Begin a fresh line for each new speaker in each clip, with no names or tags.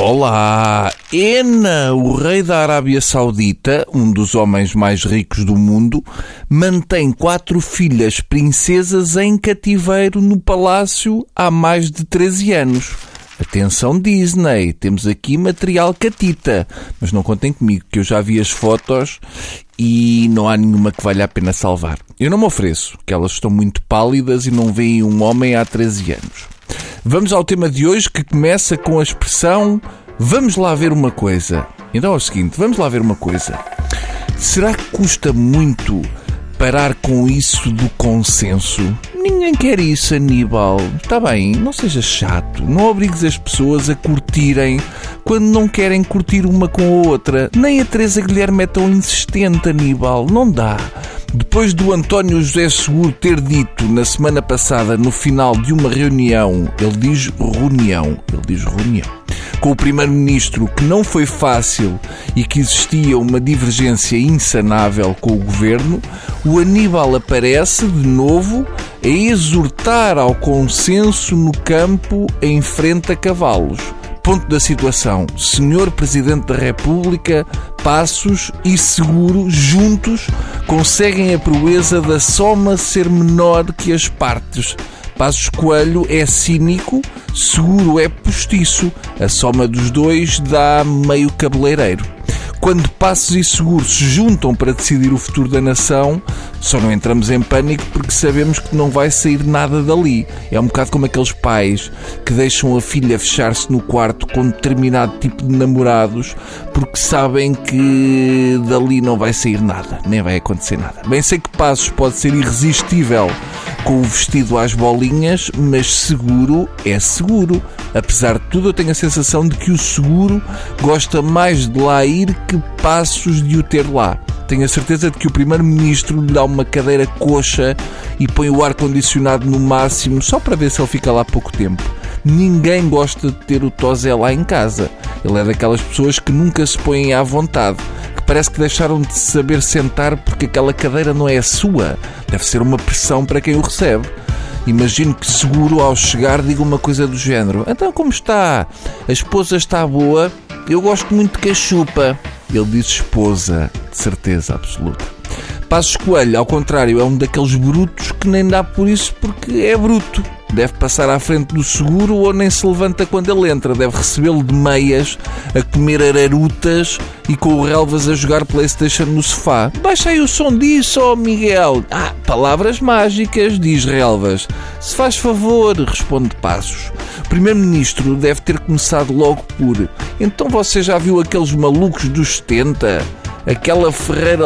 Olá! Ena, o rei da Arábia Saudita, um dos homens mais ricos do mundo, mantém 4 filhas princesas em cativeiro no palácio há mais de 13 anos. Atenção Disney, temos aqui material catita, mas não contem comigo, que eu já vi as fotos e não há nenhuma que valha a pena salvar. Eu não me ofereço, que elas estão muito pálidas e não veem um homem há 13 anos. Vamos ao tema de hoje, que começa com a expressão "vamos lá ver uma coisa". Então é o seguinte, vamos lá ver uma coisa. Será que custa muito parar com isso do consenso? Ninguém quer isso, Aníbal. Está bem, não sejas chato. Não obrigues as pessoas a curtirem quando não querem curtir uma com a outra. Nem a Teresa Guilherme é tão insistente, Aníbal. Não dá. Depois do António José Seguro ter dito na semana passada, no final de uma reunião, ele diz reunião, com o Primeiro-Ministro, que não foi fácil e que existia uma divergência insanável com o Governo, o Aníbal aparece de novo a exortar ao consenso no campo em frente a cavalos. Ponto da situação: Senhor Presidente da República, Passos e Seguro juntos conseguem a proeza da soma ser menor que as partes. Passos Coelho é cínico, Seguro é postiço. A soma dos dois dá meio cabeleireiro. Quando Passos e Seguro se juntam para decidir o futuro da nação, só não entramos em pânico porque sabemos que não vai sair nada dali. É um bocado como aqueles pais que deixam a filha fechar-se no quarto com determinado tipo de namorados porque sabem que dali não vai sair nada, nem vai acontecer nada. Bem, sei que Passos pode ser irresistível com o vestido às bolinhas, mas Seguro é Seguro. Apesar de tudo, eu tenho a sensação de que o Seguro gosta mais de lá ir que Passos de o ter lá. Tenho a certeza de que o Primeiro-Ministro lhe dá uma cadeira coxa e põe o ar-condicionado no máximo só para ver se ele fica lá pouco tempo. Ninguém gosta de ter o Tosé lá em casa. Ele é daquelas pessoas que nunca se põem à vontade, que parece que deixaram de se saber sentar porque aquela cadeira não é a sua. Deve ser uma pressão para quem o recebe. Imagino que Seguro, ao chegar, diga uma coisa do género: "Então, como está? A esposa está boa? Eu gosto muito de cachupa." Ele diz esposa, de certeza absoluta. Passos Coelho, ao contrário, é um daqueles brutos que nem dá por isso porque é bruto. Deve passar à frente do Seguro ou nem se levanta quando ele entra. Deve recebê-lo de meias, a comer ararutas e com o relvas a jogar PlayStation no sofá. "Baixa aí o som disso, ó Miguel." Palavras mágicas, diz relvas. "Se faz favor", responde Passos. O Primeiro-Ministro deve ter começado logo por: "Então você já viu aqueles malucos dos 70? Aquela Ferreira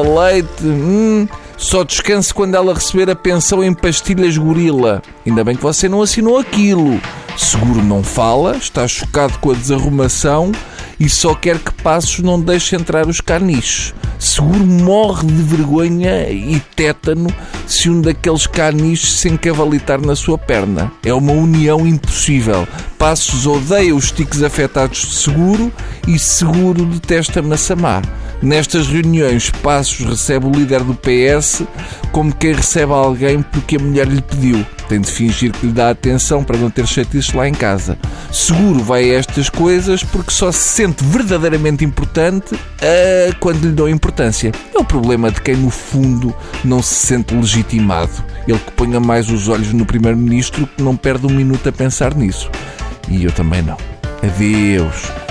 Leite? Só descanse quando ela receber a pensão em pastilhas gorila. Ainda bem que você não assinou aquilo." Seguro não fala, está chocado com a desarrumação e só quer que Passos não deixe entrar os caniches. Seguro morre de vergonha e tétano se um daqueles caniches se encavalitar na sua perna. É uma união impossível. Passos odeia os tiques afetados de Seguro e Seguro detesta Massamá. Nestas reuniões, Passos recebe o líder do PS como quem recebe alguém porque a mulher lhe pediu. Tem de fingir que lhe dá atenção para não ter chatices lá em casa. Seguro vai a estas coisas porque só se sente verdadeiramente importante quando lhe dão importância. É o problema de quem, no fundo, não se sente legitimado. Ele que ponha mais os olhos no Primeiro-Ministro, que não perde um minuto a pensar nisso. E eu também não. Adeus.